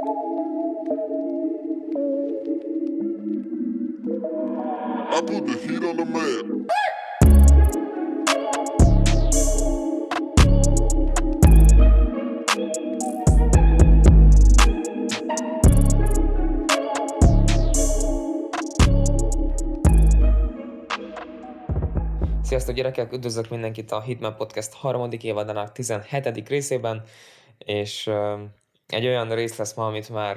I put the heat on the man. Sziasztok gyerekek, üdvözlök mindenkit a Hitman Podcast harmadik évadának 17. részében, és egy olyan rész lesz ma, amit már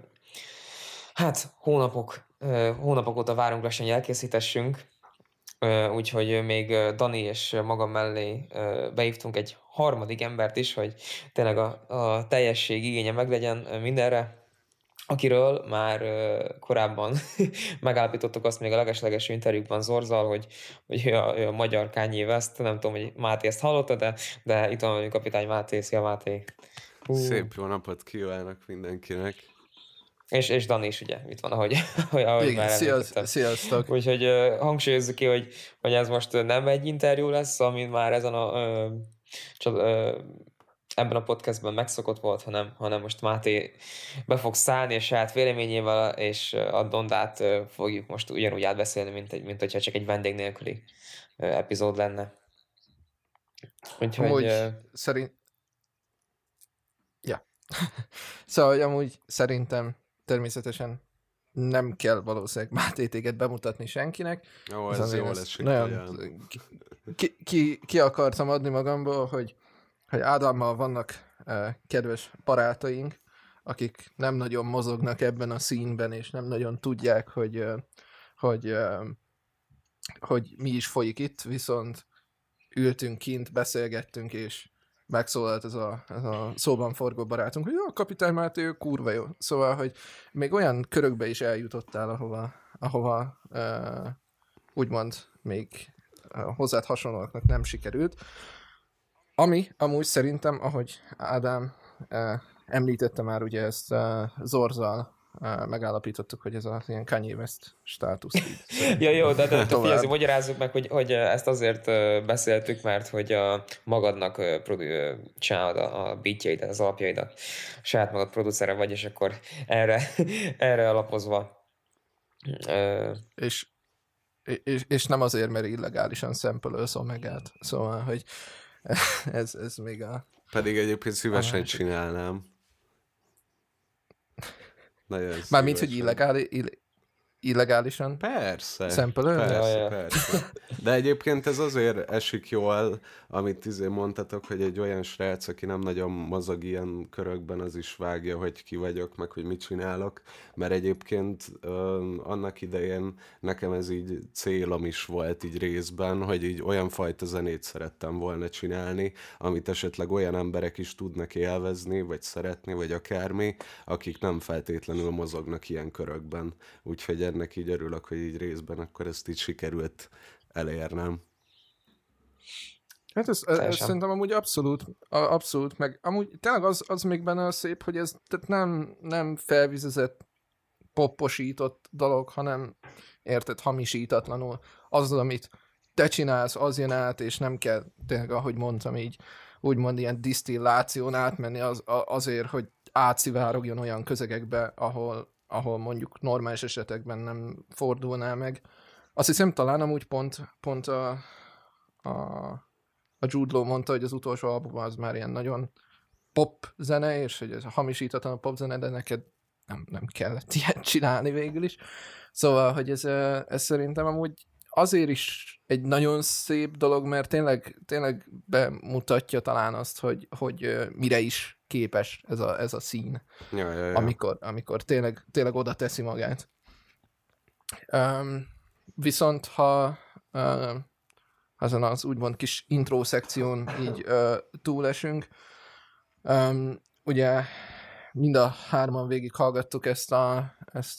hónapok óta várunk lassan, hogy elkészítessünk, úgyhogy még Dani és magam mellé behívtunk egy harmadik embert is, hogy tényleg a teljesség igénye meglegyen mindenre, akiről már korábban megállapítottuk azt még a legesleges interjúkban Zorzal, hogy ő a magyar Kanye West, nem tudom, hogy Máté ezt hallotta, de itt van velünk kapitány Máté. Szia Máté! Szép jó napot kívánok mindenkinek! És Dani is ugye itt van, ahogy igen, már említettem. Sziasztok! Úgyhogy hangsúlyozzuk ki, hogy ez most nem egy interjú lesz, amin már ezen ebben a podcastben megszokott volt, hanem most Máté be fog szállni a saját véleményével, és a Dondát fogjuk most ugyanúgy átbeszélni, mint hogyha csak egy vendég nélküli epizód lenne. Úgyhogy... Szóval amúgy szerintem természetesen nem kell valószínűleg Máté téged bemutatni senkinek. Ó, ez jó lesz. Ki akartam adni magamból, hogy Ádámmal vannak kedves barátaink, akik nem nagyon mozognak ebben a színben, és nem nagyon tudják, hogy mi is folyik itt, viszont ültünk kint, beszélgettünk, és megszólalt ez a szóban forgó barátunk, hogy jó, kapitány Máté, ő kurva jó. Szóval, hogy még olyan körökbe is eljutottál, ahova úgymond még hozzád hasonlóknak nem sikerült. Ami amúgy szerintem, ahogy Ádám említette már, ugye ezt Zorzal megállapítottuk, hogy ez az ilyen Kanye West státusz. Ja, jó, de figyelj, magyarázzuk meg, hogy ezt azért beszéltük, mert hogy magadnak csinálod a beatjaidat, az alapjaidat, saját magad producere vagy, és akkor erre alapozva. És nem azért, mert illegálisan szempelölsz Omegát. Szóval, hogy ez még a... Pedig egyébként szívesen csinálnám. Mármint, hogy illegálisan? Persze. Szempelölni? Persze. De egyébként ez azért esik jól, amit mondtatok, hogy egy olyan srác, aki nem nagyon mozog ilyen körökben, az is vágja, hogy ki vagyok, meg hogy mit csinálok, mert egyébként annak idején nekem ez így célom is volt így részben, hogy így olyan fajta zenét szerettem volna csinálni, amit esetleg olyan emberek is tudnak élvezni, vagy szeretni, vagy akármi, akik nem feltétlenül mozognak ilyen körökben. Úgyhogy ennek így örülök, hogy így részben akkor ezt így sikerült elérnem. Hát ez szerintem amúgy abszolút, meg amúgy tényleg az még benne a szép, hogy ez tehát nem felvizezett, popposított dolog, hanem érted, hamisítatlanul. Az, amit te csinálsz, az jön át, és nem kell tényleg, ahogy mondtam így, úgymond ilyen disztilláción átmenni azért, hogy átszivárogjon olyan közegekbe, ahol mondjuk normális esetekben nem fordulná meg. Azt hiszem talán amúgy pont a Jude Law mondta, hogy az utolsó album az már ilyen nagyon pop zene, és hogy ez a hamisítatlan a pop zene, de neked nem kellett ilyet csinálni végül is. Szóval, hogy ez szerintem amúgy azért is egy nagyon szép dolog, mert tényleg bemutatja talán azt, hogy mire is képes ez a szín, Ja. amikor tényleg oda teszi magát. Viszont ha azon az úgymond kis intro szekción így túlesünk, ugye mind a hárman végig hallgattuk ezt a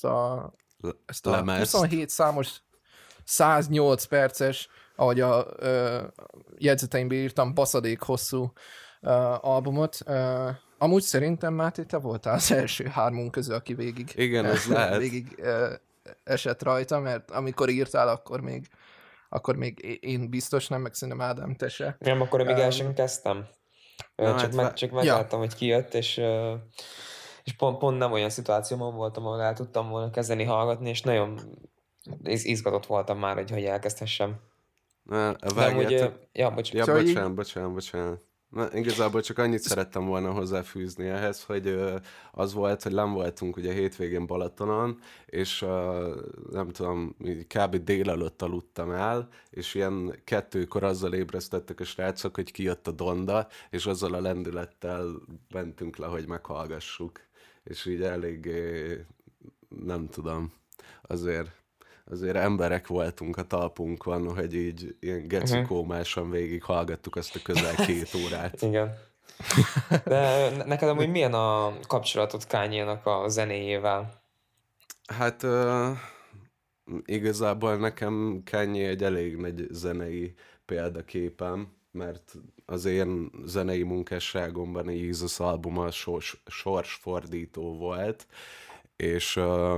27 számos 108 perces, ahogy a jegyzeteimbe írtam, baszadék hosszú albumot. Amúgy szerintem, Máté, te voltál az első hármunk közül, aki végig, igen, ez lehet. Végig esett rajta, mert amikor írtál, akkor még én biztos nem, meg szerintem Ádám, te se. Nem, akkor még el sem kezdtem. Csak megláttam, hogy kijött, és és pont nem olyan szituációban voltam, ahol el tudtam volna kezdeni hallgatni, és nagyon izgatott voltam már, hogy elkezdhessem. De amúgy, Vágjátok. ja, bocs. Ja, Szóval így- bocsánat. Na, igazából csak annyit szerettem volna hozzáfűzni ehhez, hogy az volt, hogy nem voltunk ugye hétvégén Balatonon, és nem tudom, így kb. Délelőtt aludtam el, és ilyen 2-kor azzal ébresztettek a srácok, hogy kijött a Donda, és azzal a lendülettel mentünk le, hogy meghallgassuk. És így eléggé, nem tudom, azért emberek voltunk a talpunkon, hogy így ilyen gecikómásan végig hallgattuk azt a közel 2 órát. Igen. De neked amúgy milyen a kapcsolatod Kanye-nak a zenéjével? Hát igazából nekem Kanye egy elég nagy zenei példaképem, mert az én zenei munkásságomban a Jesus albuma sorsfordító volt, és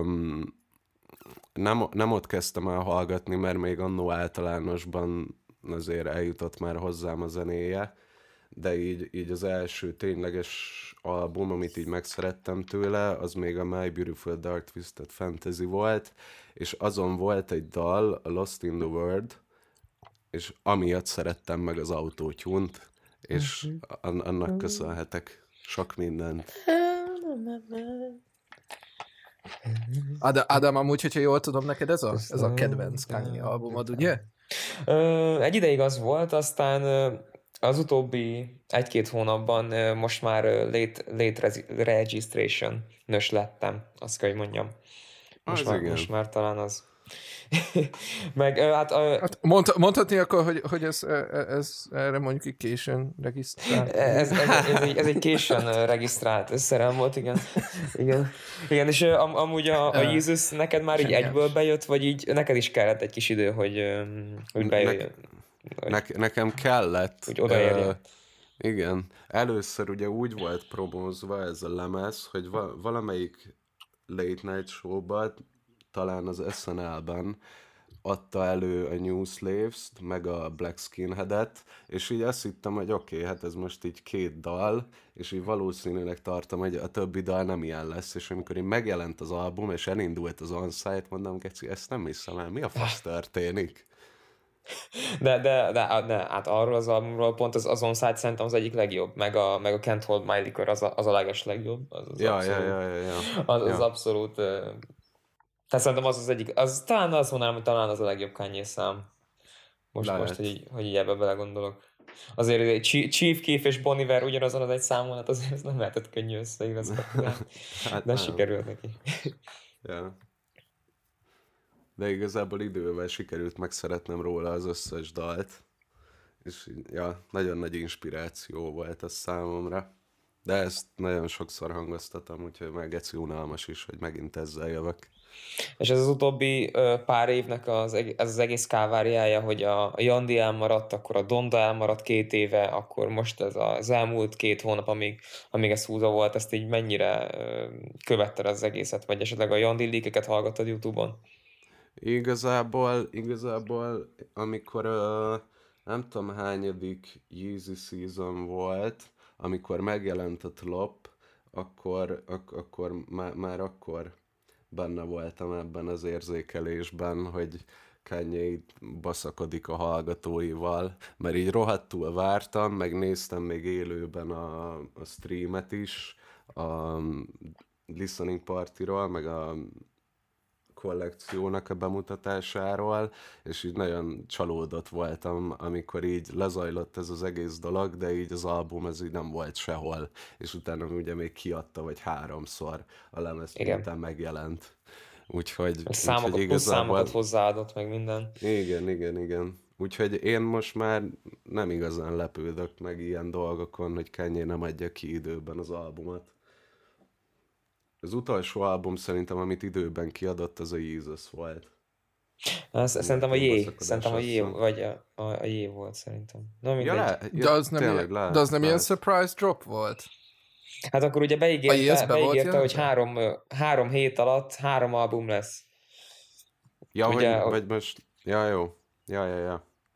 nem ott kezdtem el hallgatni, mert még annó általánosban azért eljutott már hozzám a zenéje, de így az első tényleges album, amit így megszerettem tőle, az még a My Beautiful Dark Twisted Fantasy volt, és azon volt egy dal, a Lost in the World, és amiatt szerettem meg az Auto-Tune-t, és annak köszönhetek sok mindent. Ádám, amúgy, hogyha jól tudom, neked ez a kedvenc Kanye albumod, ugye? Egy ideig az volt, aztán az utóbbi 1-2 hónapban most már late registration-nös lettem, azt kell, hogy mondjam. Most már talán az. Meg hát... Hát mondhatni akkor, hogy ez erre mondjuk egy későn regisztrált. Ez egy későn regisztrált összerem volt, igen. Igen, és amúgy a Jézus neked már így egyből bejött, vagy így neked is kellett egy kis idő, hogy bejöjjön? Nekem kellett. Hogy odaérjen. Igen. Először ugye úgy volt promózva ez a lemez, hogy valamelyik late night showban, talán az SNL-ben adta elő a New Slaves-t, meg a Black Skinhead-et, és így azt hittem, hogy oké, hát ez most így 2 dal, és így valószínűleg tartom, hogy a többi dal nem ilyen lesz, és amikor így megjelent az album, és elindult az on-site, mondom, Geci, ezt nem hiszem el, mi a fasz történik? De hát arról az albumról pont az on-site szerintem az egyik legjobb, meg a Can't Hold My Liquor az a leges legjobb. Az abszolút... Tehát szerintem az egyik, talán azt mondanám, hogy talán az a legjobb Kanye szám. Most hogy így ebbe belegondolok. Azért egy Chief Keef és Bon Iver ugyanazon az egy számon, hát azért ez nem lehetett könnyű összeigazgatni, de sikerült neki. Ja. De igazából idővel sikerült megszeretnem róla az összes dalt, és ja, nagyon nagy inspiráció volt ez számomra. De ezt nagyon sokszor hangoztatom, úgyhogy meg geci unalmas is, hogy megint ezzel jövök. És ez az utóbbi pár évnek ez az egész káváriája, hogy a Yandhi elmaradt, akkor a Donda elmaradt 2 éve, akkor most ez az elmúlt 2 hónap, amíg ez húzó volt, ezt így mennyire követted az egészet, vagy esetleg a Yandhi leakeket hallgattad YouTube-on? Igazából amikor nem tudom hányadik Yeezy season volt, amikor megjelent a Tlop, akkor már akkor benne voltam ebben az érzékelésben, hogy Kanye baszakodik a hallgatóival, mert így rohadtul vártam, megnéztem még élőben a streamet is, a listening partyról, meg a kollekciónak a bemutatásáról, és így nagyon csalódott voltam, amikor így lezajlott ez az egész dolog, de így az album ez így nem volt sehol, és utána ugye még kiadta, vagy 3-szor a lemez, miután megjelent. Úgyhogy számokat hozzáadott, meg minden. Igen. Úgyhogy én most már nem igazán lepődök meg ilyen dolgokon, hogy Kanye nem adja ki időben az albumot. Az utolsó album szerintem, amit időben kiadott, az a Jesus volt. Szerintem a J, vagy a J volt szerintem. No, de az nem ilyen surprise drop volt? Hát akkor ugye beígérte hogy 3 hét alatt 3 album lesz. Ja, ugye, vagy most... Ja, jó. Ja.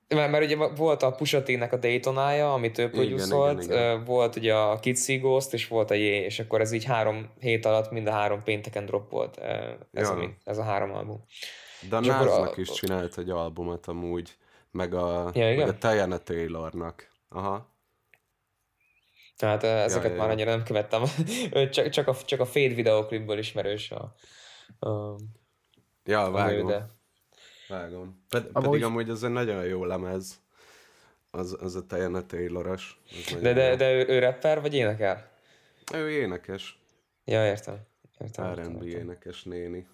Mert ugye volt a Pusha T-nek a Daytonája, amit ő Igen, producerolt, igen. volt ugye a Kids See Ghost, és volt a J, és akkor ez így 3 hét alatt mind a 3 pénteken drop volt Ja. ez a 3 album. De a És akkor Nasnak is csinált egy albumot amúgy, meg a igen? Diana Taylornak. Aha. Tehát ezeket Ja. már annyira nem követtem. csak a Fade videóklipből ismerős Ja, a nő, vágom. de... Vágom. Pedig Amúgy- amúgy ez egy nagyon jó lemez. Az a Diana Tayloros. Az nagyon jó. De ő rapper vagy énekel? Ő énekes. Ja, értem. R&B énekes néni.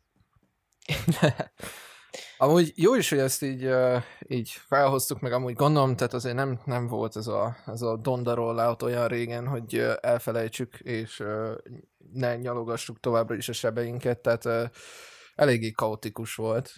Amúgy jó is, hogy ezt így felhoztuk, meg amúgy gondolom, tehát azért nem volt ez a Donda rollout olyan régen, hogy elfelejtsük, és ne nyalogassuk továbbra is a sebeinket, tehát eléggé kaotikus volt.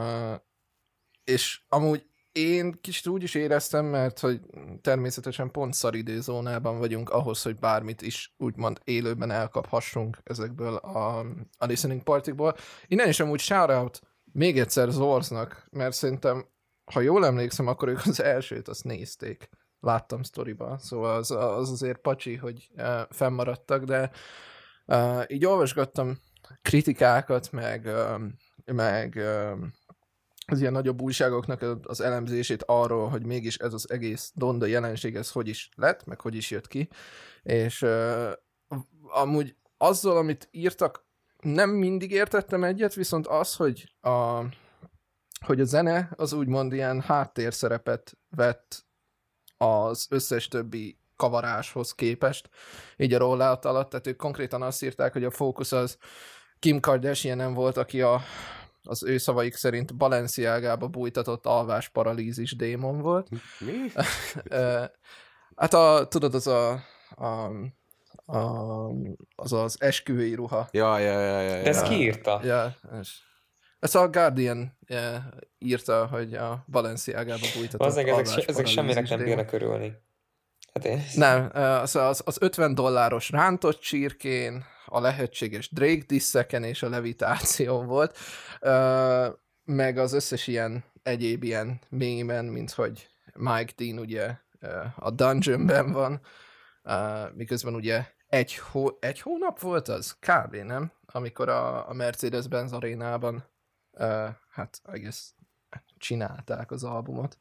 És amúgy én kicsit úgy is éreztem, mert hogy természetesen pont szaridőzónában vagyunk ahhoz, hogy bármit is úgymond élőben elkaphassunk ezekből a listening partikból. Innen is amúgy shoutout még egyszer Zorznak, mert szerintem, ha jól emlékszem, akkor ők az elsőt azt nézték. Láttam sztoriba, szóval az azért pacsi, hogy fennmaradtak, de így olvasgattam kritikákat, meg az ilyen nagyobb újságoknak az elemzését arról, hogy mégis ez az egész Donda jelenség, ez hogy is lett, meg hogy is jött ki, és amúgy azzal, amit írtak, nem mindig értettem egyet, viszont az, hogy a zene az úgymond ilyen háttérszerepet vett az összes többi kavaráshoz képest, így a rollout alatt, tehát ők konkrétan azt írták, hogy a fókusz az Kim Kardashian volt, aki az ő szavaik szerint Balenciágába bújtatott alvásparalízis démon volt. Mi? Hát tudod, az esküvői ruha. Ja. De ezt ki írta? Ja, ezt a Guardian írta, hogy a Balenciágába bújtatott Ezek semminek nem bírnak örülni. Hát nem, az $50 rántott csirkén, a lehetséges Drake disszeken és a levitáción volt, meg az összes ilyen egyéb ilyen mémen, mint hogy Mike Dean ugye a Dungeonben van, miközben ugye egy hónap volt az? Kb. Nem? Amikor a Mercedes-Benz arénában hát I guess csinálták az albumot.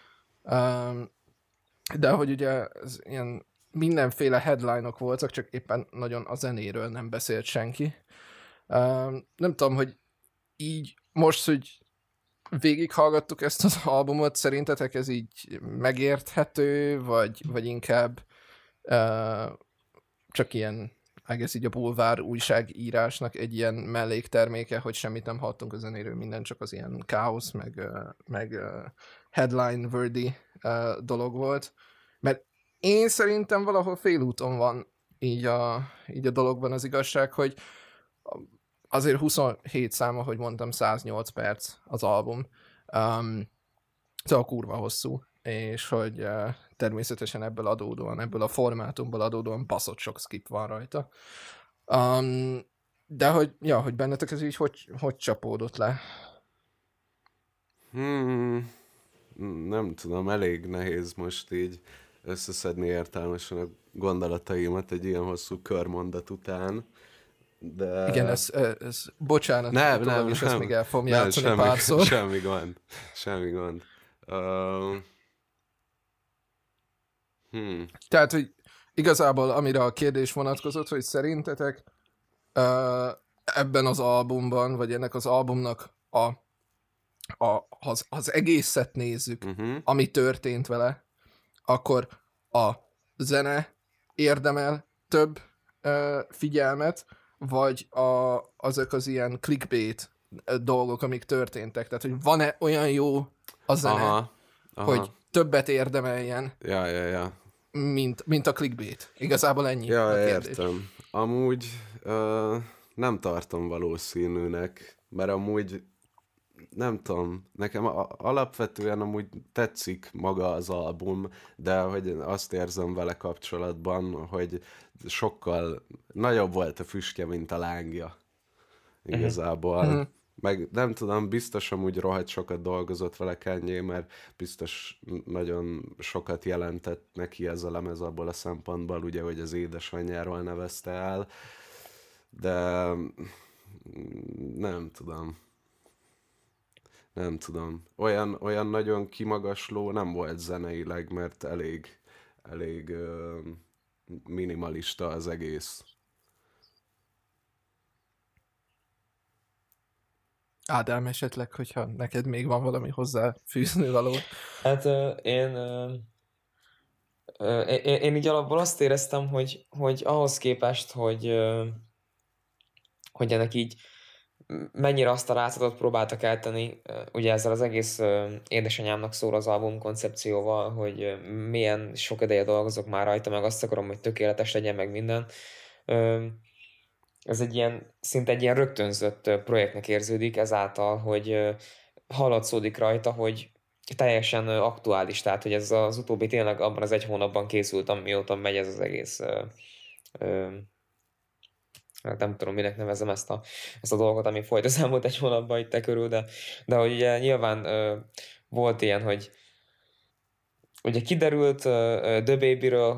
De hogy ugye ez ilyen mindenféle headline-ok voltak, csak éppen nagyon a zenéről nem beszélt senki. Nem tudom, hogy így most, hogy végighallgattuk ezt az albumot, szerintetek ez így megérthető, vagy inkább csak ilyen, I guess így a bulvár újságírásnak egy ilyen mellékterméke, hogy semmit nem hallottunk a zenéről, minden csak az ilyen káosz, meg headline-worthy dolog volt. Mert én szerintem valahol félúton van így a dologban az igazság, hogy azért 27 száma, hogy mondtam, 108 perc az album. Szóval kurva hosszú, és hogy természetesen ebből adódóan, ebből a formátumból adódóan baszott sok skip van rajta. De hogy bennetek ez így hogy csapódott le? Nem tudom, elég nehéz most így összeszedni értelmesen a gondolataimat egy ilyen hosszú körmondat után. De... Igen, ez bocsánat, nem, és ezt még el fogom játszani párszor. Semmi gond. Tehát, hogy igazából amire a kérdés vonatkozott, hogy szerintetek ebben az albumban, vagy ennek az albumnak az egészet nézzük, ami történt vele, akkor a zene érdemel több figyelmet, vagy azok az ilyen clickbait dolgok, amik történtek. Tehát, hogy van-e olyan jó a zene, hogy többet érdemeljen, Ja. mint a clickbait. Igazából ennyi Ja, a kérdés. értem. Amúgy nem tartom valószínűnek, mert amúgy nem tudom, nekem alapvetően amúgy tetszik maga az album, de hogy azt érzem vele kapcsolatban, hogy sokkal nagyobb volt a füstje, mint a lángja. Igazából. Meg nem tudom, biztos amúgy rohadt sokat dolgozott vele Kanye, mert biztos nagyon sokat jelentett neki ez a lemez abból a szempontból, ugye, hogy az édesanyjáról nevezte el, de nem tudom. Nem tudom. Olyan nagyon kimagasló nem volt zeneileg, mert elég minimalista az egész. Ádám, esetleg, hogyha neked még van valami hozzá fűzni való. Hát én így alapból azt éreztem, hogy ahhoz képest, hogy ennek így mennyire azt a látszatot próbáltak eltenni, ugye ezzel az egész édesanyámnak szól az album koncepcióval, hogy milyen sok ideje dolgozok már rajta, meg azt akarom, hogy tökéletes legyen, meg minden. Ez szinte egy ilyen rögtönzött projektnek érződik ezáltal, hogy hallatszódik rajta, hogy teljesen aktuális, tehát hogy ez az utóbbi tényleg abban az 1 hónapban készült, amióta megy ez az egész nem tudom, minek nevezem ezt a dolgot, ami folyt az elmúlt 1 hónapban itt körül, de hogy ugye nyilván volt ilyen, hogy ugye kiderült The Babyről,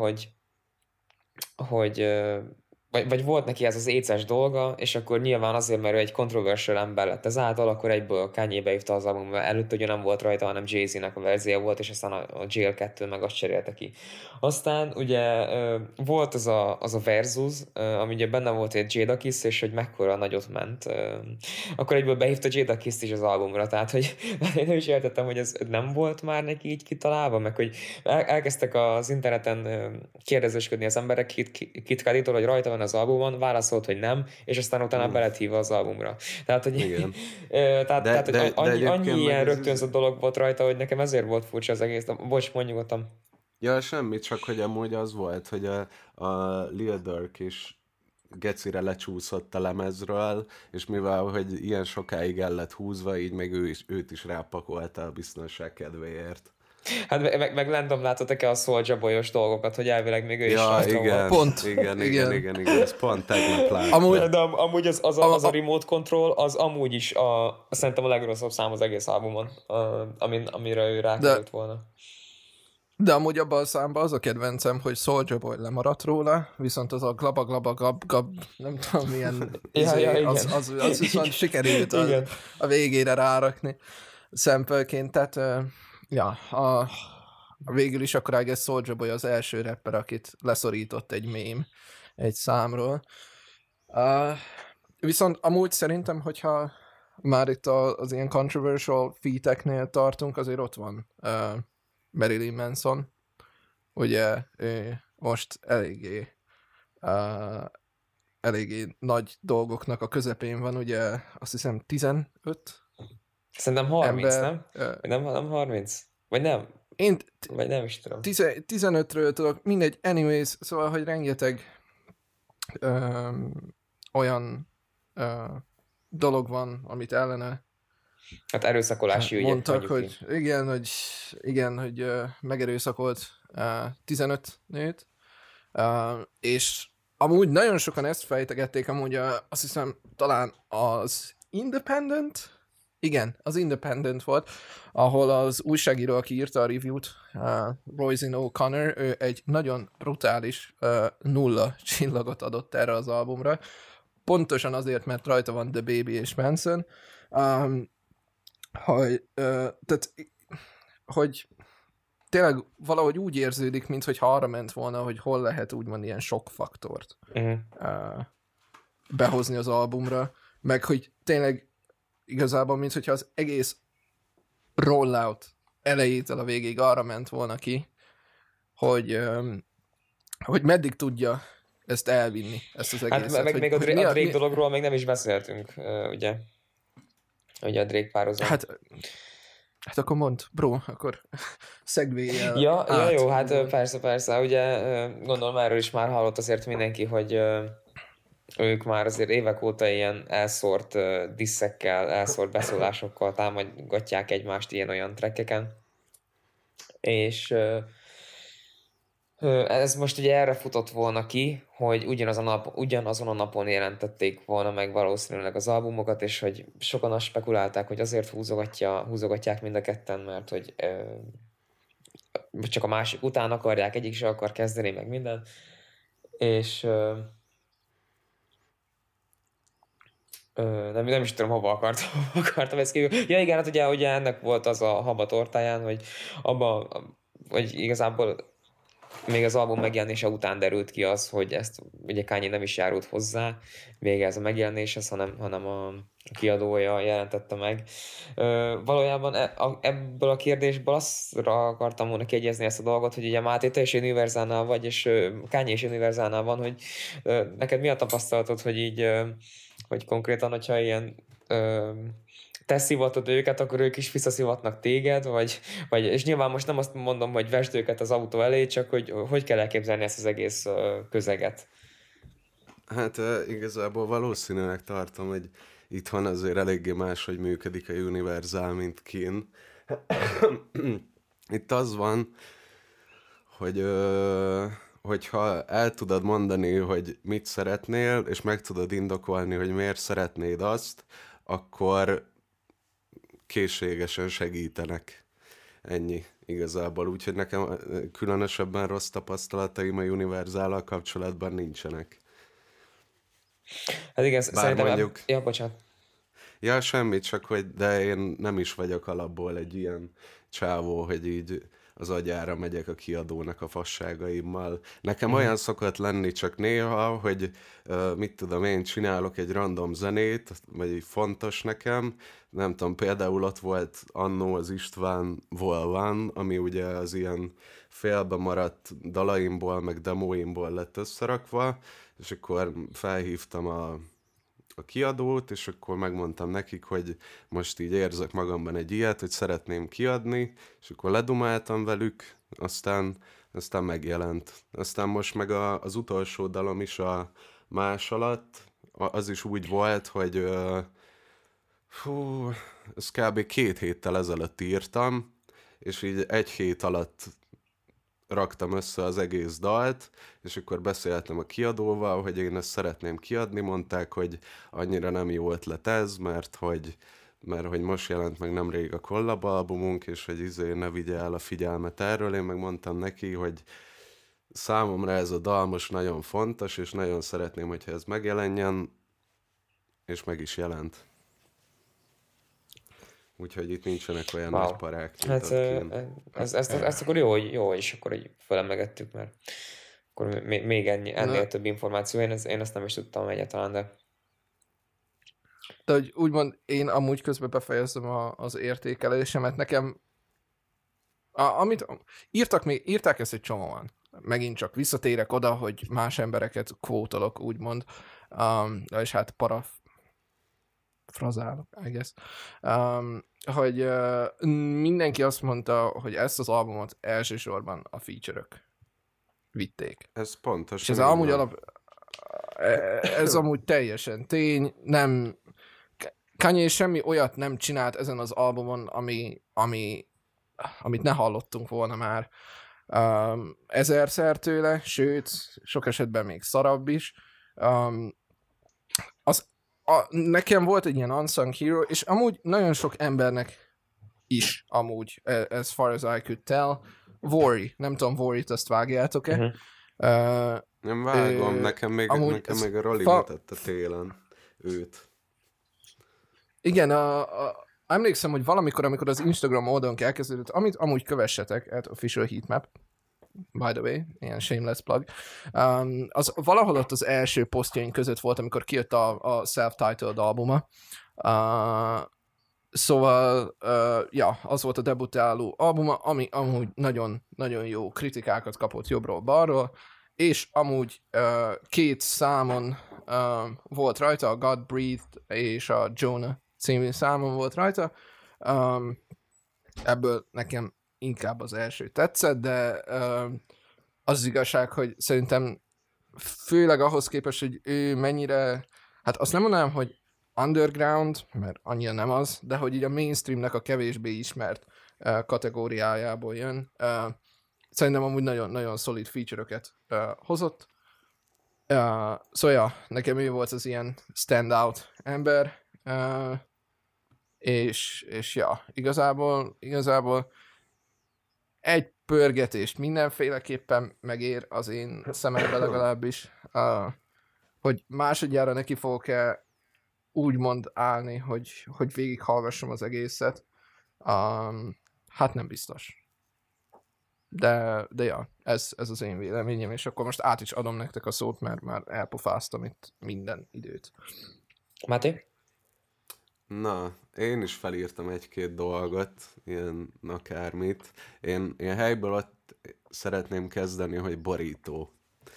hogy vagy volt neki ez az éces dolga, és akkor nyilván azért, mert ő egy controversial ember lett ezáltal, akkor egyből Kanye beívta az albumba, mert előtt ugye nem volt rajta, hanem Jay-Z-nek a verzió volt, és aztán a Jail 2 meg azt cserélte ki. Aztán ugye volt az a Versus, ami ugye benne volt egy Jadakiss, és hogy mekkora nagyot ment. Akkor egyből beívta Jadakiss-t is az albumra, tehát hogy én nem is értettem, hogy ez nem volt már neki így kitalálva, meg hogy elkezdtek az interneten kérdezősködni az emberek Kid Cudi-tól, hogy rajta van az albumon, válaszolt, hogy nem, és aztán utána belethívva az albumra. Tehát, hogy, Igen. tehát, hogy annyi ilyen meg rögtönzött dolog volt rajta, hogy nekem ezért volt furcsa az egész. Bocs, mondj nyugodtan. Ja, semmi, csak hogy amúgy az volt, hogy a Lil Durk is gecire lecsúszott a lemezről, és mivel, hogy ilyen sokáig el lett húzva, így meg őt is rápakolta a biztonság kedvéért. Hát meg Landon látott-e a Soulja Boy-os dolgokat, hogy még ő is ja, igen, Pont. igen, ez pont tegnap láttam. Amúgy az a remote control, az amúgy is szerintem a legrosszabb szám az egész albumon, amire ő rákerült volna. De amúgy abban a számban az a kedvencem, hogy Soulja Boy lemaradt róla, viszont az a glaba gab, nem tudom milyen, az viszont sikerült a végére rárakni sampleként, tehát végül is akkor I guess Soulja Boy az első rapper, akit leszorított egy meme egy számról. Viszont amúgy szerintem, hogyha már itt az ilyen controversial feateknél tartunk, azért ott van Marilyn Manson. Ugye most eléggé nagy dolgoknak a közepén van, ugye azt hiszem 15 Szerintem 30, ember, nem? Nem 30? Vagy nem? Vagy nem is tudom. 15-ről tudok, mindegy, anyways, szóval, hogy rengeteg olyan dolog van, amit ellene hát erőszakolási ügyek mondtak, hogy megerőszakolt 15 nőt, és amúgy nagyon sokan ezt fejtegették, amúgy azt hiszem talán az Independent, igen, az Independent volt, ahol az újságíró, aki írta a review-t, Roisin O'Connor, ő egy nagyon brutális 0 csillagot adott erre az albumra, pontosan azért, mert rajta van The Baby és Manson, hogy tényleg valahogy úgy érződik, mintha arra ment volna, hogy hol lehet úgymond ilyen sok faktort behozni az albumra, meg hogy tényleg igazából, mintha az egész rollout elejétől a végéig arra ment volna ki, hogy meddig tudja ezt elvinni, ezt az egészet. Hát meg a Drake dologról még nem is beszéltünk, ugye? Ugye a Drake párhuzam. Hát akkor mondd, bro, akkor szegvéljel Ja, jó, hát persze. Ugye gondolom erről is már hallott azért mindenki, hogy ők már azért évek óta ilyen elszórt disszekkel, elszórt beszólásokkal támogatják egymást ilyen-olyan trekkeken. És Ez most ugye erre futott volna ki, hogy ugyanazon a napon jelentették volna meg valószínűleg az albumokat, és hogy sokan azt spekulálták, hogy azért húzogatják mind a ketten, mert hogy csak a másik után akarják, egyik se akar kezdeni, meg minden. És nem is tudom, hova akartam ezt kívül. Ja igen, hát ugye ennek volt az a haba tortáján, hogy hogy igazából még az album megjelenése után derült ki az, hogy ezt ugye Kanye nem is járult hozzá vége ez a megjelenéshez, hanem a kiadója jelentette meg. Valójában ebből a kérdésből azt akartam volna kiegyezni ezt a dolgot, hogy ugye Máté, te is Universalnál vagy, és Kanye is Universalnál van, hogy neked mi a tapasztalatod, hogy így, hogy konkrétan, hogyha ilyen te szivatod őket, akkor ők is visszaszivatnak téged, vagy és nyilván most nem azt mondom, hogy vesd őket az autó elé, csak hogy kell elképzelni ezt az egész közeget. Hát igazából valószínűleg tartom, hogy itthon azért eléggé máshogy működik a Universal, mint kín. Itt az van, hogy hogyha el tudod mondani, hogy mit szeretnél, és meg tudod indokolni, hogy miért szeretnéd azt, akkor készségesen segítenek. Ennyi igazából. Úgyhogy nekem különösebben rossz tapasztalataim a Universal-al kapcsolatban nincsenek. Hát igen, Bár szerintem... mondjuk... Ja, bocsánat. Ja, semmit, csak hogy de én nem is vagyok alapból egy ilyen csávó, hogy így az agyára megyek a kiadónak a fasságaimmal. Nekem olyan szokott lenni csak néha, hogy mit tudom én, csinálok egy random zenét, vagy így fontos nekem, nem tudom, például ott volt annó az István Volvan, ami ugye az ilyen félbe maradt dalaimból, meg demóimból lett összerakva, és akkor felhívtam a kiadót, és akkor megmondtam nekik, hogy most így érzek magamban egy ilyet, hogy szeretném kiadni, és akkor ledumáltam velük, aztán megjelent. Aztán most meg az utolsó dalom is a más alatt, az is úgy volt, hogy ezt kb. 2 héttel ezelőtt írtam, és így 1 hét alatt raktam össze az egész dalt, és akkor beszéltem a kiadóval, hogy én ezt szeretném kiadni, mondták, hogy annyira nem jó ötlet ez, mert hogy most jelent meg nemrég a collab albumunk, és hogy ne vigye el a figyelmet erről, én meg mondtam neki, hogy számomra ez a dal most nagyon fontos, és nagyon szeretném, hogyha ez megjelenjen, és meg is jelent. Úgyhogy itt nincsenek olyan nagy parák. Hát ezt akkor jó, és akkor így felemlegettük, mert akkor még ennél több információ. Én ezt nem is tudtam egyáltalán, de... De hogy úgymond én amúgy közben befejezem az értékelésemet. Nekem, amit írták ezt egy csomóan. Megint csak visszatérek oda, hogy más embereket kvótolok, úgymond. És hát parafrazálok, I guess. Hogy mindenki azt mondta, hogy ezt az albumot elsősorban a feature-ök vitték. Ez pontos. És ez amúgy ez amúgy teljesen tény, nem... Kanye semmi olyat nem csinált ezen az albumon, amit ne hallottunk volna már ezerszer tőle, sőt, sok esetben még szarabb is. Nekem volt egy ilyen unsung hero, és amúgy nagyon sok embernek is amúgy, as far as I could tell. Worry, nem tudom, Worry-t azt vágjátok-e? Nem vágom, nekem még a Roli mutatta télen őt. Igen, emlékszem, hogy valamikor, amikor az Instagram oldalon elkezdődött, amit amúgy kövessetek, at Official Heatmap, by the way, ilyen shameless plug, az valahol ott az első posztjaink között volt, amikor kijött a self-titled albuma. Szóval, az volt a debutáló albuma, ami amúgy nagyon, nagyon jó kritikákat kapott jobbról-balról, és amúgy 2 számon volt rajta, a God Breathed és a Jonah című számon volt rajta. Ebből nekem inkább az első tetszett, de az igazság, hogy szerintem főleg ahhoz képest, hogy ő mennyire, hát azt nem mondanám, hogy underground, mert annyira nem az, de hogy így a mainstreamnek a kevésbé ismert kategóriájából jön. szerintem amúgy nagyon szolid feature-öket hozott. Szóval ja, nekem ő volt az ilyen standout ember, és ja, igazából egy pörgetést mindenféleképpen megér az én szememben legalábbis, hogy másodjára neki fogok-e úgymond állni, hogy végighallgassam az egészet. Hát nem biztos. De ja, ez az én véleményem, és akkor most át is adom nektek a szót, mert már elpofáztam itt minden időt. Máté? Na, én is felírtam egy-két dolgot, ilyen akármit. Én helyből ott szeretném kezdeni, hogy borító.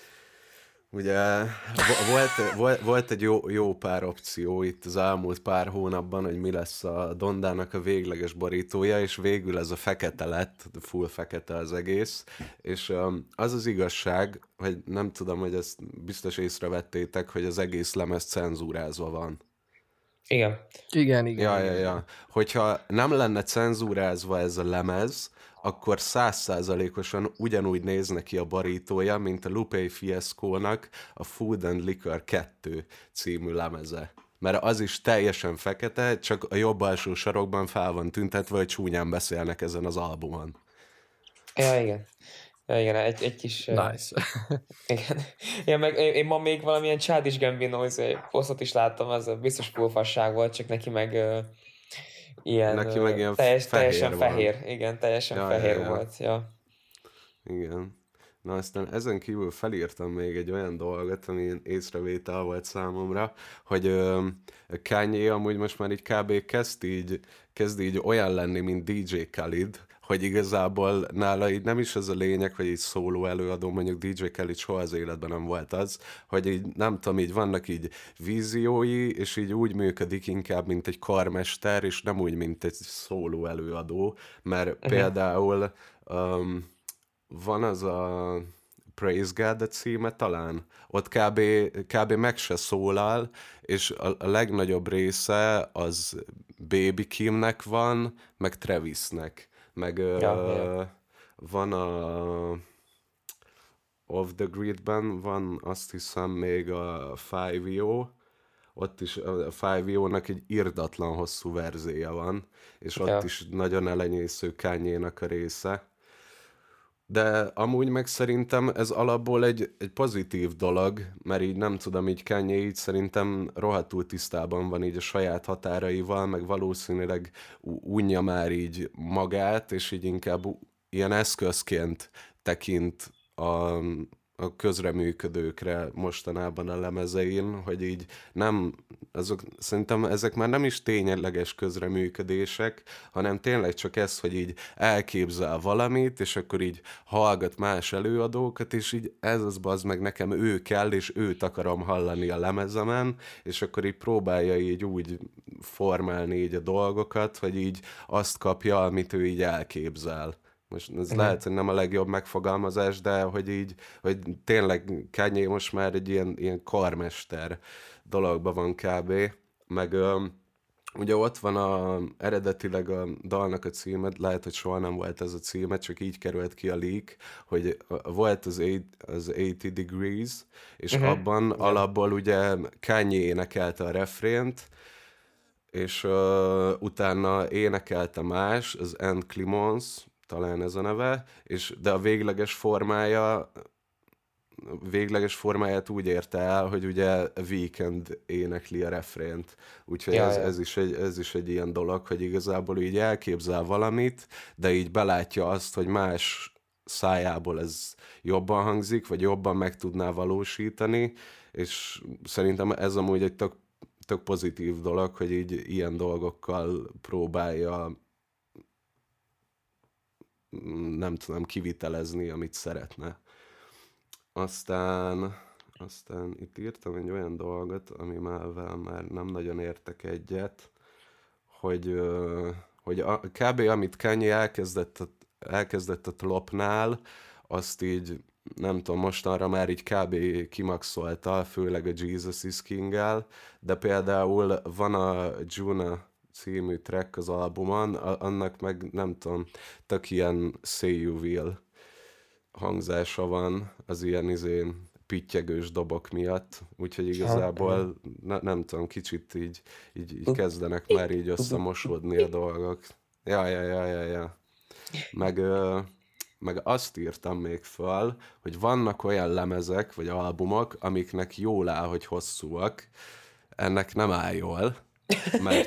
Ugye volt egy jó pár opció itt az elmúlt pár hónapban, hogy mi lesz a Dondának a végleges borítója, és végül ez a fekete lett, full fekete az egész, és az igazság, hogy nem tudom, hogy ezt biztos észrevettétek, hogy az egész lemez cenzúrázva van. Igen. Igen. Ja. Hogyha nem lenne cenzúrázva ez a lemez, akkor 100%-osan ugyanúgy néz neki a borítója, mint a Lupe Fiasco-nak a Food and Liquor 2 című lemeze. Mert az is teljesen fekete, csak a jobb alsó sarokban fel van tüntetve, hogy csúnyán beszélnek ezen az albumon. Ja, igen. Egy kis... Nice. Igen. Ja, meg én ma még valamilyen Childish Gambino posztot is láttam, az biztos pulfasság volt, csak neki meg ilyen... Neki meg ilyen teljesen van. fehér. Igen, teljesen fehér volt. Ja. Igen. Na aztán ezen kívül felírtam még egy olyan dolgot, ami észrevétel volt számomra, hogy Kanye amúgy most már így kb. kezd így olyan lenni, mint DJ Khaled, hogy igazából nála így nem is az a lényeg, hogy így szóló előadó, mondjuk DJ Khaled soha az életben nem volt az, hogy így nem tudom, így vannak így víziói, és így úgy működik inkább, mint egy karmester, és nem úgy, mint egy szóló előadó, mert például van az a Praise God a címe talán, ott kb. Meg se szólal, a legnagyobb része az Baby Kimnek van, meg Travisnek. Meg van a Off the Gridben van azt hiszem még a 5EO, ott is a 5EO-nak egy irdatlan hosszú verzéje van, és ott is nagyon elenyésző Kanye-nak a része. De amúgy meg szerintem ez alapból egy pozitív dolog, mert így nem tudom, így Kanye így szerintem rohadtul tisztában van így a saját határaival, meg valószínűleg unja már így magát, és így inkább ilyen eszközként tekint a közreműködőkre mostanában a lemezein, hogy így nem, szerintem ezek már nem is tényleges közreműködések, hanem tényleg csak ez, hogy így elképzel valamit, és akkor így hallgat más előadókat, és így ez az bazd meg nekem ő kell, és őt akarom hallani a lemezemen, és akkor így próbálja így úgy formálni így a dolgokat, hogy így azt kapja, amit ő így elképzel. Most ez lehet, hogy nem a legjobb megfogalmazás, de hogy tényleg Kanye most már egy ilyen karmester dologban van kb. Meg ugye ott van eredetileg a dalnak a címe, lehet, hogy soha nem volt ez a címe, csak így került ki a leak, hogy volt az 80 Degrees, és abban alapból ugye Kanye énekelte a refrént, és utána énekelte más, az Ann Clemons, talán ez a neve, de a végleges formáját úgy érte el, hogy ugye Weeknd énekli a refrént. Úgyhogy ez is egy ilyen dolog, hogy igazából így elképzel valamit, de így belátja azt, hogy más szájából ez jobban hangzik, vagy jobban meg tudná valósítani, és szerintem ez amúgy egy tök pozitív dolog, hogy így ilyen dolgokkal próbálja nem tudom kivitelezni, amit szeretne. Aztán itt írtam egy olyan dolgot, amivel már nem nagyon értek egyet, hogy kb. Amit Kanye elkezdett a Tlopnál, azt így nem tudom, mostanra már így kb. Kimaxolta, főleg a Jesus is King-el, de például van a Juna című track az albumon, annak meg nem tudom, tök ilyen Say You Will. hangzása van az ilyen pittyegős dobok miatt, úgyhogy Aha, igazából nem tudom, kicsit így kezdenek már így összemosódni a dolgok. Ja. Meg, meg azt írtam még fel, hogy vannak olyan lemezek, vagy albumok, amiknek jól áll, hogy hosszúak. Ennek nem áll jól, mert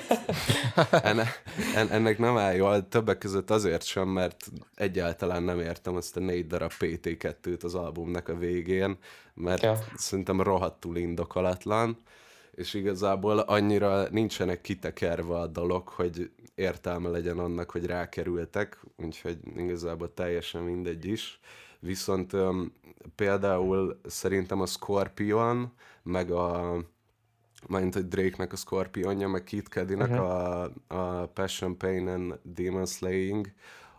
ennek nem áll jól, többek között azért sem, mert egyáltalán nem értem azt a 4 darab PT2-t az albumnak a végén, mert Ja. szerintem rohadtul indokolatlan, és igazából annyira nincsenek kitekerve a dolog, hogy értelme legyen annak, hogy rákerültek, úgyhogy igazából teljesen mindegy is. Viszont például szerintem a Scorpion, meg mint hogy Drake-nek a Scorpionja, meg Kid Cudinek a Passion, Pain and Demon Slaying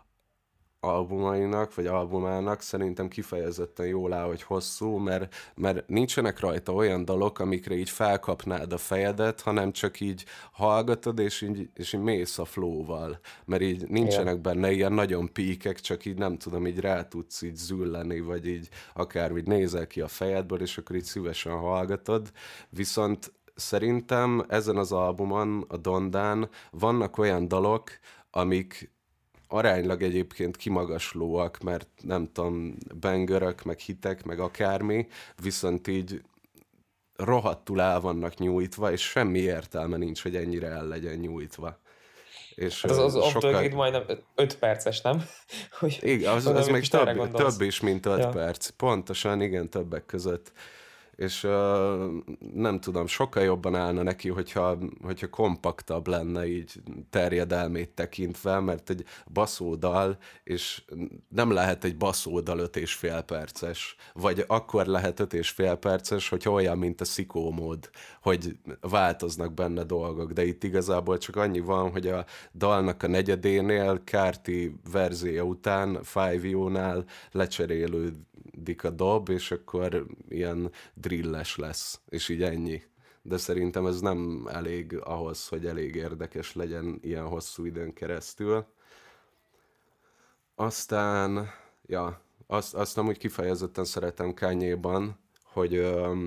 albumainak, vagy albumának szerintem kifejezetten jól áll, hogy hosszú, mert nincsenek rajta olyan dalok, amikre így felkapnád a fejedet, hanem csak így hallgatod, és így mész a flow-val. Mert így nincsenek benne ilyen nagyon píkek, csak így nem tudom, így rá tudsz így zülleni, vagy így akár így nézel ki a fejedből, és akkor így szívesen hallgatod. Viszont szerintem ezen az albumon, a Dondán vannak olyan dalok, amik aránylag egyébként kimagaslóak, mert nem tudom, bangerök, meg hitek, meg akármi, viszont így rohadtul el vannak nyújtva, és semmi értelme nincs, hogy ennyire el legyen nyújtva. És Hát az Off the Grid majdnem 5 perces, nem? Hogy igen, az még több is, mint 5 perc. Pontosan, igen, többek között. És nem tudom, sokkal jobban állna neki, hogyha kompaktabb lenne így terjedelmét tekintve, mert egy baszódal, és nem lehet egy baszódal 5,5 perces, vagy akkor lehet 5,5 perces, hogy olyan, mint a Szikó mód, hogy változnak benne dolgok, de itt igazából csak annyi van, hogy a dalnak a negyedénél, Kárti verziója után, 5-nál lecserélődik a dob, és akkor ilyen drilles lesz, és így ennyi. De szerintem ez nem elég ahhoz, hogy elég érdekes legyen ilyen hosszú időn keresztül. Aztán, ja, azt amúgy kifejezetten szeretem Kanye-ban, hogy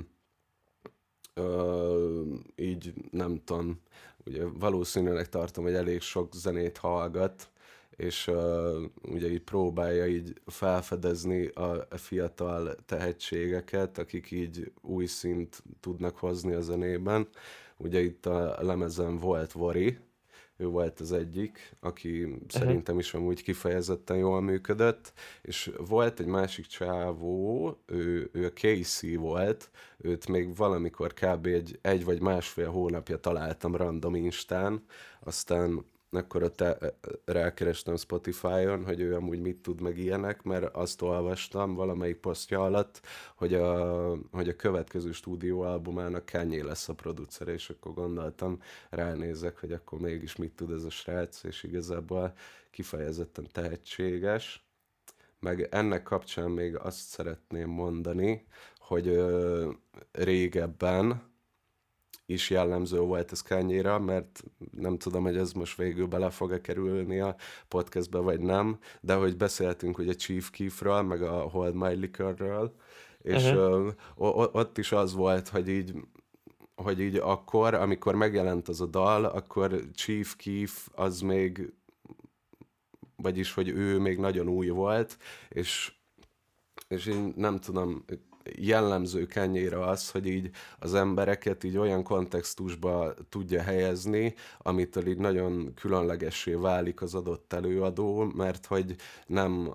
így nem tudom, ugye valószínűleg tartom, hogy elég sok zenét hallgat, és ugye így próbálja így felfedezni a fiatal tehetségeket, akik így új szint tudnak hozni a zenében. Ugye itt a lemezen volt Vori, ő volt az egyik, aki szerintem is amúgy kifejezetten jól működött, és volt egy másik csávó, ő a Casey volt, őt még valamikor kb. egy vagy másfél hónapja találtam random Instán, aztán akkor ott rákerestem Spotify-on, hogy ő amúgy mit tud meg ilyenek, mert azt olvastam valamelyik posztja alatt, hogy a következő stúdióalbumának Kanye lesz a producer, és akkor gondoltam, ránézek, hogy akkor mégis mit tud ez a srác, és igazából kifejezetten tehetséges. Meg ennek kapcsán még azt szeretném mondani, hogy régebben is jellemző volt ez Kanye-ra, mert nem tudom, hogy ez most végül bele fog-e kerülni a podcastbe, vagy nem, de hogy beszéltünk ugye Chief Keefről, meg a Hold My Liquorről, és ott is az volt, hogy így akkor, amikor megjelent az a dal, akkor Chief Keef az még, vagyis, hogy ő még nagyon új volt, és én nem tudom, jellemző Kanye-ra az, hogy így az embereket így olyan kontextusba tudja helyezni, amitől így nagyon különlegessé válik az adott előadó, mert hogy nem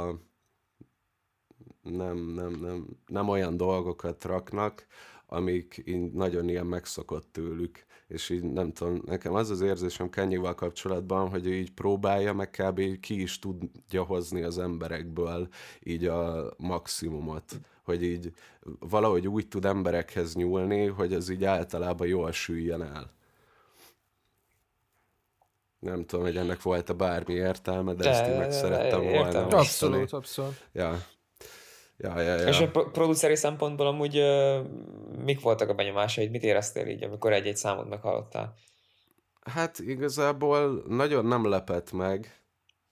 olyan dolgokat raknak, amik így nagyon ilyen megszokott tőlük. És így nem tudom, nekem az érzésem Kanye-val kapcsolatban, hogy ő így próbálja, meg kb. Ki is tudja hozni az emberekből így a maximumot. Hogy így valahogy úgy tud emberekhez nyúlni, hogy az így általában jól süljen el. Nem tudom, hogy ennek volt-e bármi értelme, de ezt így meg szerettem volna. Abszolút. Ja. És a produceri szempontból amúgy mik voltak a benyomásaid? Mit éreztél így, amikor egy-egy számot meghallottál? Hát igazából nagyon nem lepett meg,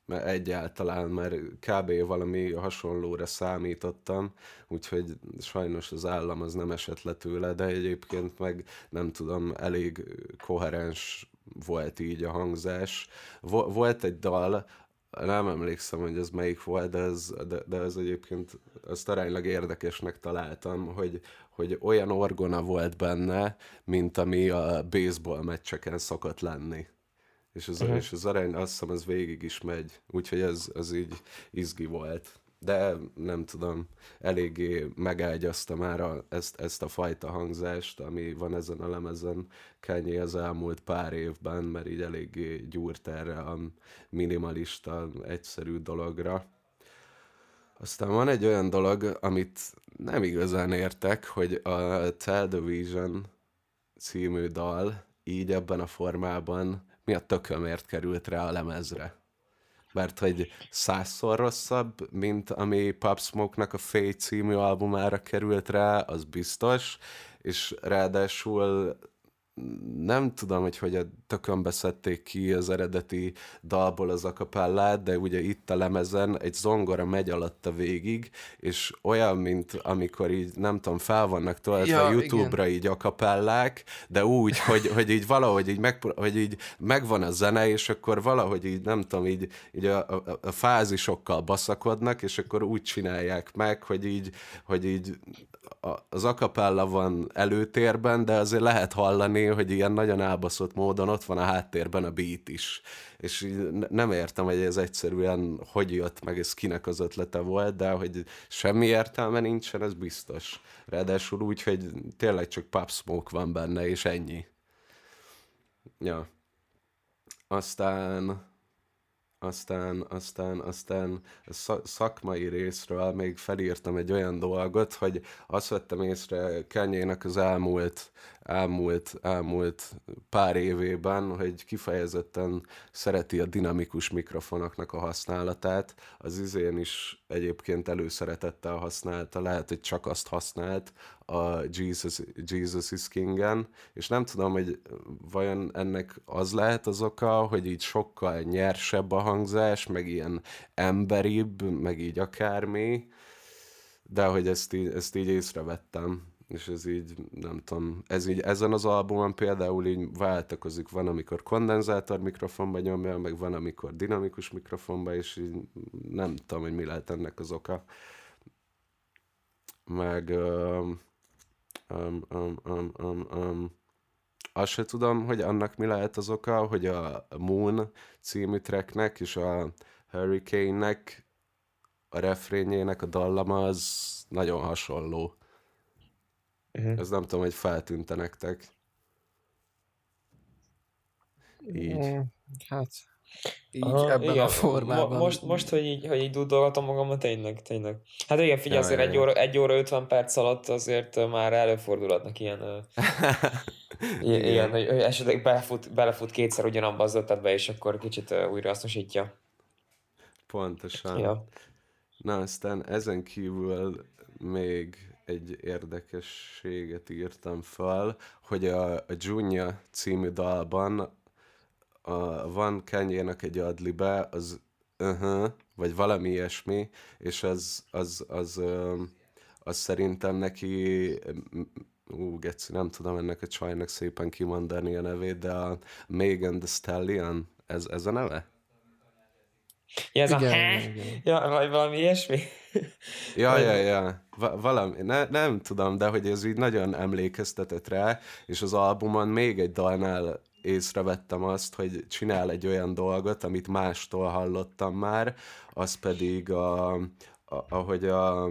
mert egyáltalán, mert kb. Valami hasonlóra számítottam, úgyhogy sajnos az állam az nem esett le tőle, de egyébként meg nem tudom, elég koherens volt így a hangzás. Volt egy dal, nem emlékszem, hogy ez melyik volt, de ez egyébként azt aránylag érdekesnek találtam, hogy olyan orgona volt benne, mint ami a baseball meccseken szokott lenni. És az arány, azt hiszem, ez végig is megy. Úgyhogy ez így izgi volt. De nem tudom, eléggé megágyazta már ezt a fajta hangzást, ami van ezen a lemezen Kanye az elmúlt pár évben, mert így eléggé gyúrt erre a minimalista, egyszerű dologra. Aztán van egy olyan dolog, amit nem igazán értek, hogy a Tell the Vision című dal így ebben a formában mi a tökömért került rá a lemezre. Mert hogy 100-szor rosszabb, mint ami Pop Smoke-nak a Fate című albumára került rá, az biztos, és ráadásul nem tudom, hogy a tökönbe szedték ki az eredeti dalból az acapellát, de ugye itt a lemezen egy zongora megy alatta végig, és olyan, mint amikor így, nem tudom, fel vannak tolva YouTube-ra így acapellák, de úgy, hogy így valahogy így, hogy így megvan a zene, és akkor valahogy így, nem tudom, így a fázisokkal baszakodnak, és akkor úgy csinálják meg, hogy így az acapella van előtérben, de azért lehet hallani, hogy ilyen nagyon elbaszott módon ott van a háttérben a beat is. És nem értem, hogy ez egyszerűen hogy jött meg, ez kinek az ötlete volt, de hogy semmi értelme nincsen, ez biztos. Ráadásul úgy, hogy tényleg csak Pop Smoke van benne, és ennyi. Ja. Aztán szakmai részről még felírtam egy olyan dolgot, hogy azt vettem észre Kanye-nek az elmúlt pár évében, hogy kifejezetten szereti a dinamikus mikrofonoknak a használatát. Az izén is egyébként előszeretettel használta, lehet, hogy csak azt használt a Jesus is King-en, és nem tudom, hogy vajon ennek az lehet az oka, hogy így sokkal nyersebb a hangzás, meg ilyen emberibb, meg így akármi, de hogy ezt így észrevettem, és ez így, nem tudom, ez így ezen az albumon például így váltakozik, van, amikor kondenzátor mikrofonba nyomja, meg van, amikor dinamikus mikrofonba, és így nem tudom, hogy mi lehet ennek az oka. Meg azt se tudom, hogy annak mi lehet az oka, hogy a Moon című tracknek és a Hurricane-nek a refrényének a dallama az nagyon hasonló. Ez nem tudom, hogy feltűnte nektek. Így. Hát, így ebben igen. a formában. Most hogy így dudolgatom magamat, tényleg. Hát igen, figyelj, azért 1 óra 50 perc alatt azért már előfordulhatnak ilyen, ilyen hogy esetleg belefut kétszer ugyanabba az ötletbe, és akkor kicsit újra hasznosítja. Pontosan. Ja. Na, aztán ezen kívül még egy érdekességet írtam fel, hogy a Junior című dalban van Kanye-nak egy adlibe, az vagy valami ilyesmi, és az szerintem neki, geci, nem tudom ennek a csajnak szépen kimondani a nevét, de a Megan Thee Stallion, ez a neve? Ja, ez Igen. Ja, vagy valami ilyesmi? Ja. Valami, nem tudom, de hogy ez így nagyon emlékeztetett rá, és az albumon még egy dalnál észrevettem azt, hogy csinál egy olyan dolgot, amit mástól hallottam már, az pedig ahogy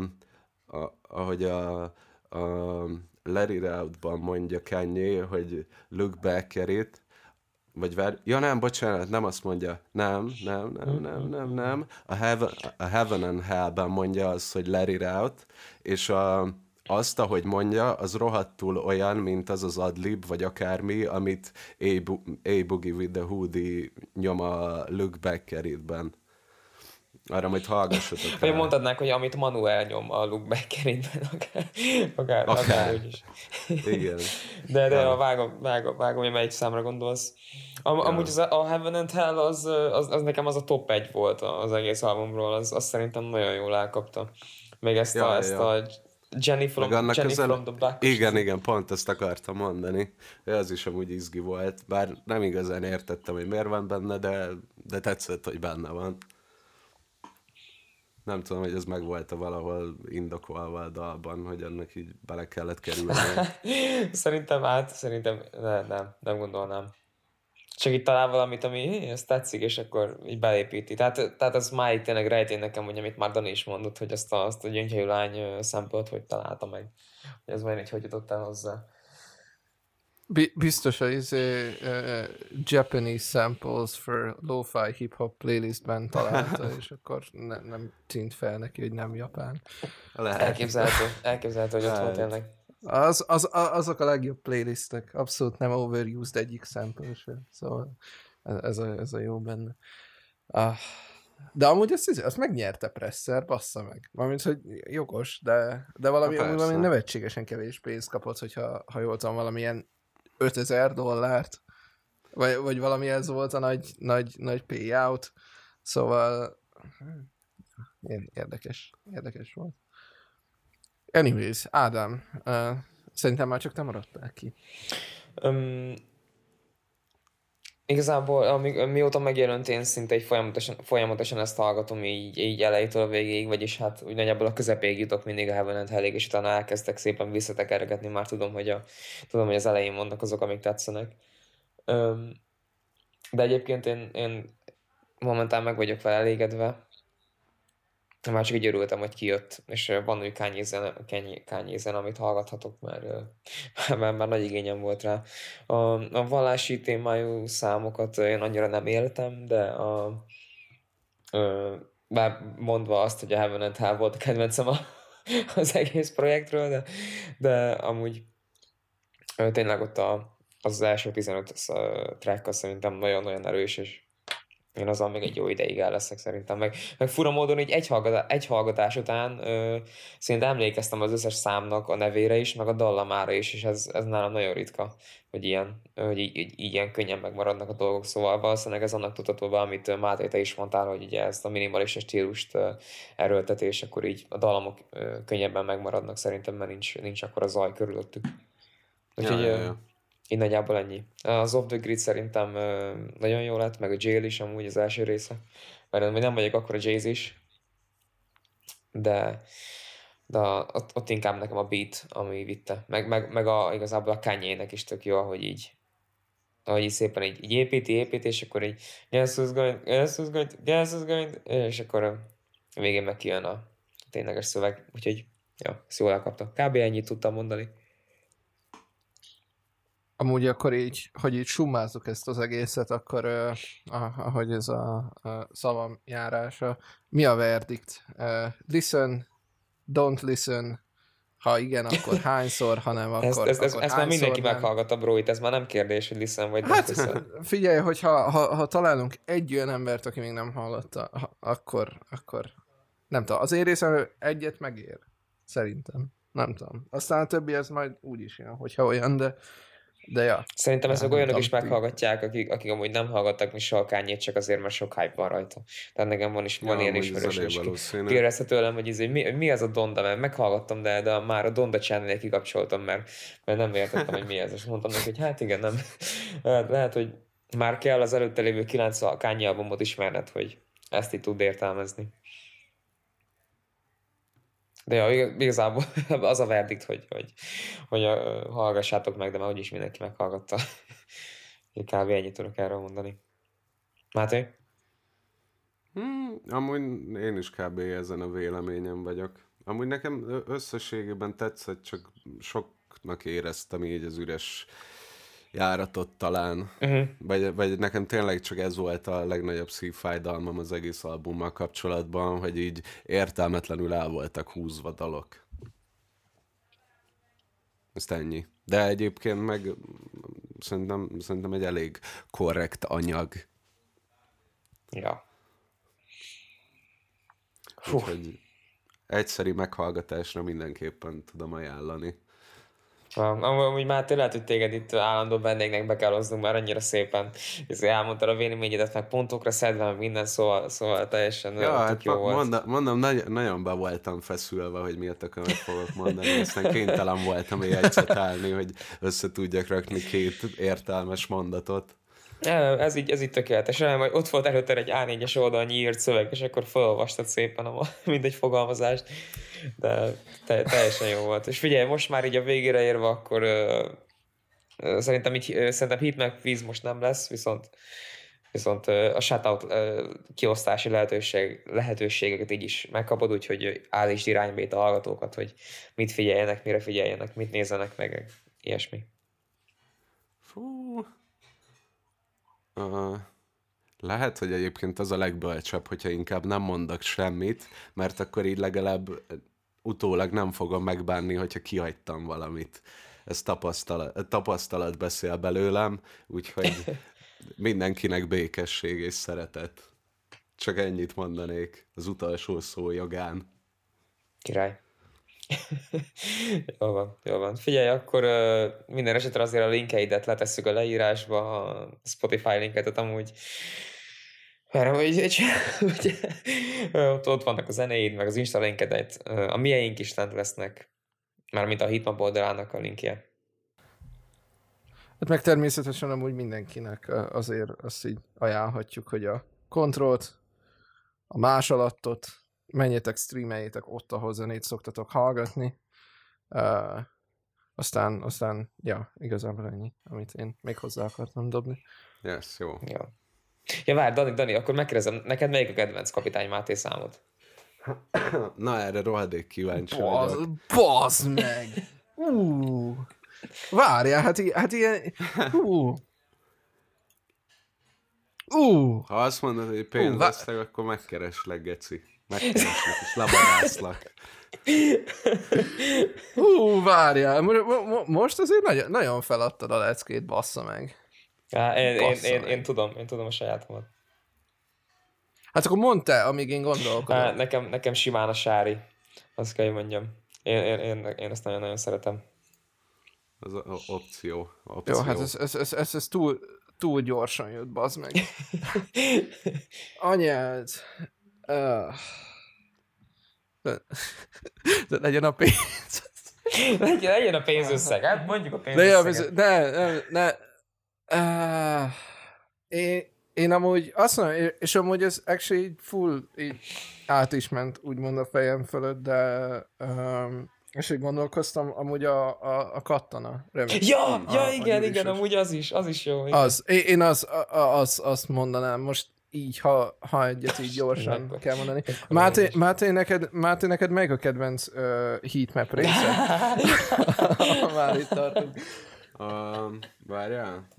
a Let It Out-ban mondja Kanye, hogy look back at it, vagy nem, bocsánat, nem azt mondja. Nem. A Heaven and Hell-ben mondja azt, hogy let it out, és azt, ahogy mondja, az rohadtul olyan, mint az adlib, vagy akármi, amit A Boogie with the Hoodie nyom a Look Back at It-ben. Arra majd hallgassatok Vagy rá. mondhatnánk, hogy amit Manuel nyom a Luke Beckerinben, akár úgy is. Igen. De Ja. vágom, hogy melyik számra gondolsz. Amúgy Ja. a Heaven and Hell az nekem az a top 1 volt az egész albumról, az szerintem nagyon jól elkapta. Még ezt a Jenny from the Black. Igen, pont ezt akartam mondani. Az is amúgy izgi volt, bár nem igazán értettem, hogy miért van benne, de tetszett, hogy benne van. Nem tudom, hogy ez meg volt-e valahol indokolva a dalban, hogy ennek így bele kellett kerülni. Szerintem nem gondolnám. Csak itt talál valamit, ami ezt tetszik, és akkor így beépíti. Tehát az máig tényleg rejtély nekem, hogy amit már Dani is mondott, hogy azt a gyöngyhajú lány sample-t hogy találta meg. Hogy ez majd hogy jutott el hozzá. Biztos, hogy Japanese samples for lo-fi hip-hop playlistben találta, és akkor nem tűnt fel neki, hogy nem japán. Elképzelhető, hogy ott volt tényleg. Azok a legjobb playlistek. Abszolút nem overused egyik sample se. Szóval ez a jó benne. De amúgy azt megnyerte Presser, bassza meg. Mármint, hogy jogos, de valami nevetségesen kevés pénzt kapott, hogyha jól tudom, valamilyen $5000, vagy valami ez volt a nagy payout. Szóval érdekes volt. Anyways, Ádám, szerintem már csak te maradtál ki. Igazából, mióta megjelent, én szinte egy folyamatosan ezt hallgatom így elejétől a végéig, vagyis hát úgy nagyjából a közepéig jutok mindig a Heaven and Hell-ig, és utána elkezdtek szépen visszatekergetni, már tudom, hogy az elején vannak azok, amik tetszenek. De egyébként én momentán meg vagyok vele elégedve. Már csak így örültem, hogy kijött, és van új Kanye-zen, amit hallgathatok, mert nagy igényem volt rá. A vallási témájú számokat én annyira nem éltem, de bár mondva azt, hogy a Heaven and Hell volt a kedvencem az egész projektről, de amúgy tényleg ott az első 15 track szerintem nagyon-nagyon erős, és én azzal még egy jó ideig el leszek szerintem. Meg fura módon így egy hallgatás után szerintem emlékeztem az összes számnak a nevére is, meg a dallamára is, és ez nálam nagyon ritka, hogy ilyen könnyen megmaradnak a dolgok. Szóval valószínűleg ez annak tudható be, amit Máté, te is mondtál, hogy ugye ezt a minimalista stílust erőlteti, és akkor így a dallamok könnyebben megmaradnak szerintem, mert nincs akkor a zaj körülöttük. Úgyhogy így nagyjából ennyi. Az Off the Grid szerintem nagyon jó lett, meg a Jail is amúgy az első része. Mert nem vagyok akkor a Jay-Z is, de ott inkább nekem a beat, ami vitte. Meg igazából a Kanye-nek is tök jó, ahogy így szépen így építi, és akkor így guess who's going, és akkor a végén meg kijön a tényleges szöveg. Úgyhogy ezt jól elkapta. Kb. Ennyit tudtam mondani. Amúgy akkor így, hogy így summázzuk ezt az egészet, akkor ahogy ez a szavam járása, mi a verdikt? Listen, don't listen, ha igen, akkor hányszor, ha nem, akkor ezt már mindenki meghallgatta, bro, itt ez már nem kérdés, hogy listen vagy nem listen. Figyelj, hogy ha találunk egy olyan embert, aki még nem hallotta, akkor nem tudom, az én részemről egyet megér, szerintem. Nem tudom. Aztán a többi ez majd úgy is jön, hogyha olyan, de ja. Szerintem ezek olyanok is meghallgatják, akik amúgy nem hallgattak mi soha Kanye-t, csak azért, mert sok hype van rajta. Tehát nekem van ilyen ismerős, és kérdezte tőlem, hogy mi az a Donda, mert meghallgattam, de már a Donda channel-nél kikapcsoltam, mert nem értettem, hogy mi ez. És mondtam neki, hogy hát igen, nem. Lehet, hogy már kell az előtte lévő 9 Kanye albumot ismerned, hogy ezt így tud értelmezni. De igazából az a verdikt, hogy hallgassátok meg, de már úgyis mindenki meghallgatta. Kb. Ennyit tudok erről mondani. Máté? Amúgy én is kb. Ezen a véleményem vagyok. Amúgy nekem összességében tetszett, csak soknak éreztem így az üres járatot talán. Vagy nekem tényleg csak ez volt a legnagyobb szívfájdalmam az egész albummal kapcsolatban, hogy így értelmetlenül el voltak húzva dalok. Ezt ennyi. De egyébként meg szerintem egy elég korrekt anyag. Ja. Úgyhogy egyszeri meghallgatásra mindenképpen tudom ajánlani. Amúgy Máté, lehet, hogy téged itt állandó vendégnek be kell hoznunk, már annyira szépen elmondtad a véleményedet, meg pontokra szedve, meg minden, szóval teljesen Ja, tök hát jó volt. mondom nagyon be voltam feszülve, hogy miért akarom fogok mondani, aztán kénytelen voltam jegyzetálni, hogy össze tudjak rakni 2 értelmes mondatot. Ez így tökéletes. Remélem, hogy ott volt előtte egy A4-es oldalnyi írt szöveg, és akkor felolvastad szépen mindegy fogalmazást, de teljesen jó volt. És figyelj, most már így a végére érve, akkor szerintem hit meg víz most nem lesz, viszont a shoutout kiosztási lehetőségeket így is megkapod, úgyhogy állítsd irányba itt a hallgatókat, hogy mit figyeljenek, mire figyeljenek, mit nézzenek meg, ilyesmi. Fú... Lehet, hogy egyébként az a legbölcsebb, hogyha inkább nem mondok semmit, mert akkor így legalább utólag nem fogom megbánni, hogyha kihagytam valamit. Ez tapasztalat beszél belőlem, úgyhogy mindenkinek békesség és szeretet. Csak ennyit mondanék az utolsó szó jogán. Király. Jól van. Figyelj, akkor minden esetre azért a linkeidet letesszük a leírásba, a Spotify linket, amúgy ott vannak a zenéid, meg az Insta linkedet, a mieink is lent lesznek, mármint a Hitmap oldalának a linkje. Hát meg természetesen amúgy mindenkinek azért azt így ajánlhatjuk, hogy a Kontrollt, a Másolattot, menjetek, streameljétek ott, ahol zenét szoktatok hallgatni. Aztán, ja, igazából ennyi, amit én még hozzá akartam dobni. Yes, jó. Ja, várj, Dani, akkor megkérdezem, neked melyik a kedvenc Kapitány Máté számod? Na, erre rohadék kíváncsi vagyok. Bazd meg! Várjál, hát ilyen... Ha azt mondod, hogy pénz lesznek, akkor megkereslek, geci. Megkereslek és lebarászlak. Várjál, most azért nagyon feladtad a leckét, bassza meg. Én tudom a sajátomat. Hát akkor mondd te, amíg én gondolkodom. Nekem simán a Sári, azt kell, hogy mondjam. Én ezt nagyon-nagyon szeretem. Az opció. Jó, hát ez túl gyorsan jött, bazd meg. Anyád. De legyen a pénz. Legyen a pénzösszeg, hát mondjuk a pénzösszeget. Én amúgy azt mondom, és amúgy ez actually full így át is ment úgymond a fejem fölött, de és így gondolkoztam, amúgy a Kattana remix. Igen, amúgy az is jó. Igen. Én azt mondanám most így, ha egyet így gyorsan kell mondani. Máté, neked melyik a kedvenc heatmap része? Már itt tartunk. Várjál,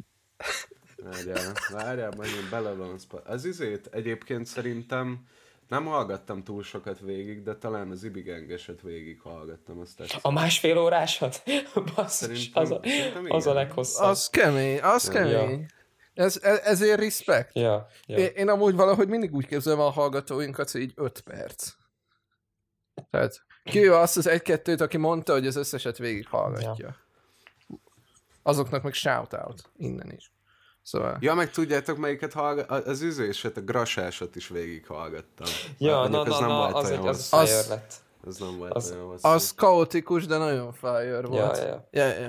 majd belelonsz. Az egyébként szerintem nem hallgattam túl sokat végig, de talán az Ibigengeset végig hallgattam. A 1,5 órásat? Basszus, az a leghosszabb. Az kemény. Ja. Ezért respect. Ja. Én amúgy valahogy mindig úgy képzelem a hallgatóinkat, hogy így 5 perc. Tehát kivéve azt az 1-2-t, aki mondta, hogy az összeset végig hallgatja. Ja. Azoknak meg shout-out innen is. Szóval... Ja, meg tudjátok, melyiket az üzéset, a Grasásot is végig hallgattam. Ja, az fire lett. Az nem volt olyan hosszú. Az kaotikus, de nagyon fire volt.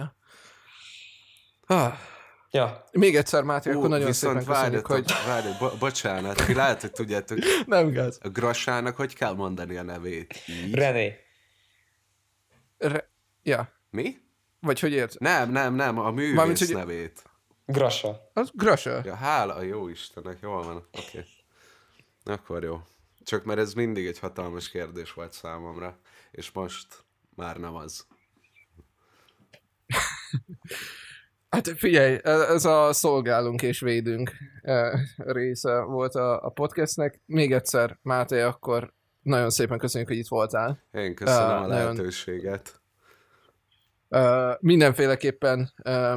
Ja. Még egyszer, Máté, akkor nagyon szépen köszönjük, hogy... Várjatok, bocsánat, ki lehet, hogy tudjátok. Nem gáz. A Grasának hogy kell mondani a nevét? René. Ja. Mi? Vagy hogy ért? Nem, a művész nevét. Grasa. Az Grasa. Ja, hála a jó Istennek, jól van, oké. Akkor jó. Csak mert ez mindig egy hatalmas kérdés volt számomra, és most már nem az. Hát figyelj, ez a szolgálunk és védünk része volt a podcastnek. Még egyszer, Máté, akkor nagyon szépen köszönjük, hogy itt voltál. Én köszönöm a lehetőséget. Mindenféleképpen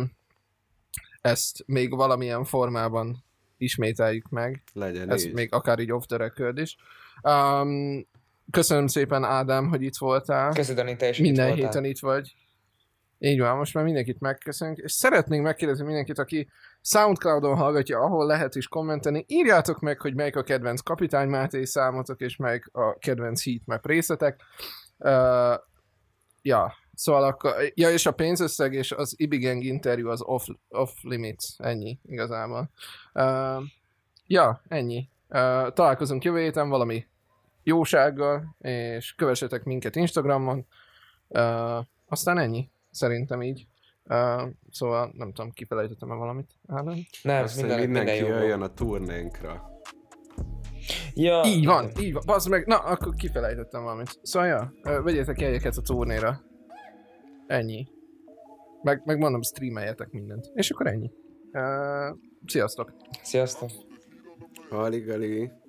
ezt még valamilyen formában ismételjük meg. Legyen ez így. még akár így off the record is. köszönöm szépen, Ádám, hogy itt voltál. Köszi, Dani, te is itt Minden voltál. héten itt vagy. Így van, most már mindenkit megköszönjük, és szeretnénk megkérdezni mindenkit, aki Soundcloudon hallgatja, ahol lehet is kommentelni. Írjátok meg, hogy melyik a kedvenc Kapitány Máté számotok, és melyik a kedvenc heatmap részletek. Ja, szóval akkor, ja, és a pénzösszeg és az Ibigang interjú az off limits, ennyi igazából. Ja, ennyi. Találkozunk jövő héten valami jósággal, és kövessetek minket Instagramon. Aztán ennyi, szerintem így. Szóval nem tudom, kifelejtettem-e valamit, Ádám? Nem, Azt, hogy minden mindenki jó jöjjön volt. a turnénkra. Ja, Így van. Bazd meg, na, akkor kifelejtettem valamit. Szóval, ja, vegyetek jegyeket a turnéra. Ennyi. Meg mondom, streameljetek mindent. És akkor ennyi. Sziasztok! Sziasztok! Alig.